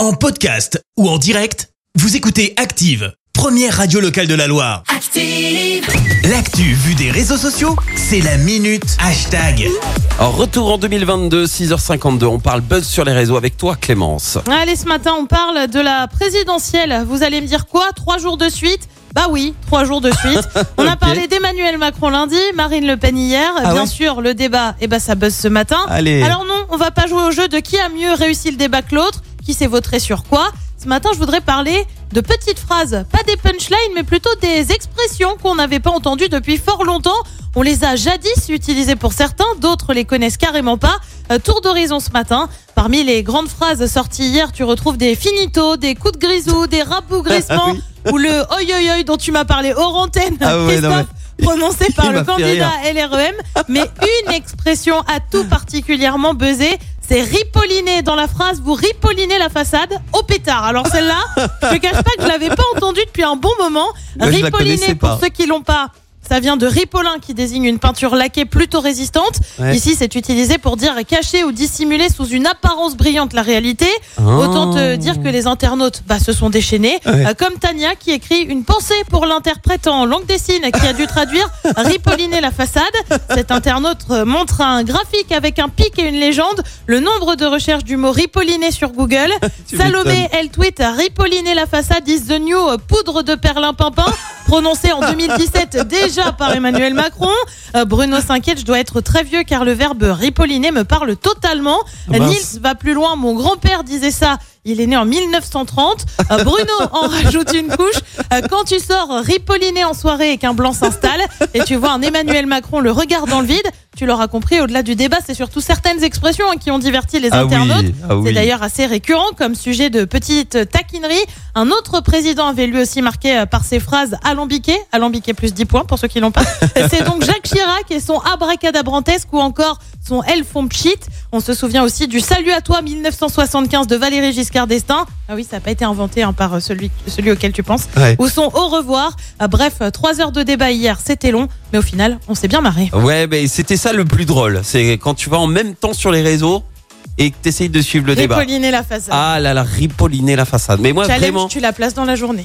En podcast ou en direct, vous écoutez Active, première radio locale de la Loire. Active! L'actu vue des réseaux sociaux, c'est la minute hashtag. Alors, retour en 2022, 6h52, on parle buzz sur les réseaux avec toi Clémence. Allez, ce matin, on parle de la présidentielle. Vous allez me dire quoi ? 3 jours de suite ? Bah oui, 3 jours de suite. On a parlé d'Emmanuel Macron lundi, Marine Le Pen hier. Bien sûr, le débat, ça buzz ce matin. Allez. Alors non, on va pas jouer au jeu de qui a mieux réussi le débat que l'autre, qui s'est vautré sur quoi. Ce matin, je voudrais parler de petites phrases, pas des punchlines, mais plutôt des expressions qu'on n'avait pas entendues depuis fort longtemps. On les a jadis utilisées pour certains, d'autres les connaissent carrément pas. Tour d'horizon ce matin. Parmi les grandes phrases sorties hier, tu retrouves des finitos, des coups de grisou, des rabougrissements ou le oi oi oi dont tu m'as parlé hors antenne, Christophe, prononcé par le candidat LREM. Mais une expression a tout particulièrement buzzé. C'est ripolliner dans la phrase, vous ripollinez la façade au pétard. Alors celle-là, je ne cache pas que je l'avais pas entendue depuis un bon moment. Ripolliner, pour ceux qui l'ont pas, ça vient de ripolin qui désigne une peinture laquée plutôt résistante. Ouais. Ici, c'est utilisé pour dire cacher ou dissimuler sous une apparence brillante la réalité. Autant te dire que les internautes se sont déchaînés. Comme Tania qui écrit une pensée pour l'interprète en langue des signes qui a dû traduire ripolliner la façade. Cet internaute montre un graphique avec un pic et une légende. Le nombre de recherches du mot ripolliner sur Google. Salomé, elle tweet ripolliner la façade is the new poudre de perlimpinpin. Prononcé en 2017 déjà par Emmanuel Macron. Bruno s'inquiète, je dois être très vieux car le verbe ripolliner me parle totalement. Nils va plus loin, mon grand-père disait ça. Il est né en 1930. Bruno en rajoute une couche. Quand tu sors ripolliner en soirée et qu'un blanc s'installe et tu vois un Emmanuel Macron le regard dans le vide, tu l'auras compris, au-delà du débat, c'est surtout certaines expressions qui ont diverti les internautes. C'est d'ailleurs assez récurrent comme sujet de petite taquinerie. Un autre président avait lui aussi marqué par ses phrases alambiquées plus 10 points pour ceux qui l'ont pas. C'est donc Jacques Chirac et son abracadabrantesque ou encore son elles font pchit. On se souvient aussi du salut à toi 1975 de Valéry Giscard d'Estaing. Ah oui, ça n'a pas été inventé par celui auquel tu penses. Ou son au revoir. Bref, 3 heures de débat hier, c'était long, mais au final, on s'est bien marré. Ouais, mais c'était ça le plus drôle. C'est quand tu vas en même temps sur les réseaux et que tu essayes de suivre le débat. Ripolliner la façade. Ah là là, ripolliner la façade. Mais moi, challenge, vraiment. tu la places dans la journée.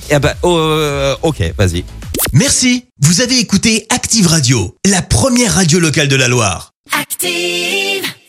Ok, vas-y. Merci. Vous avez écouté Active Radio, la première radio locale de la Loire. Active!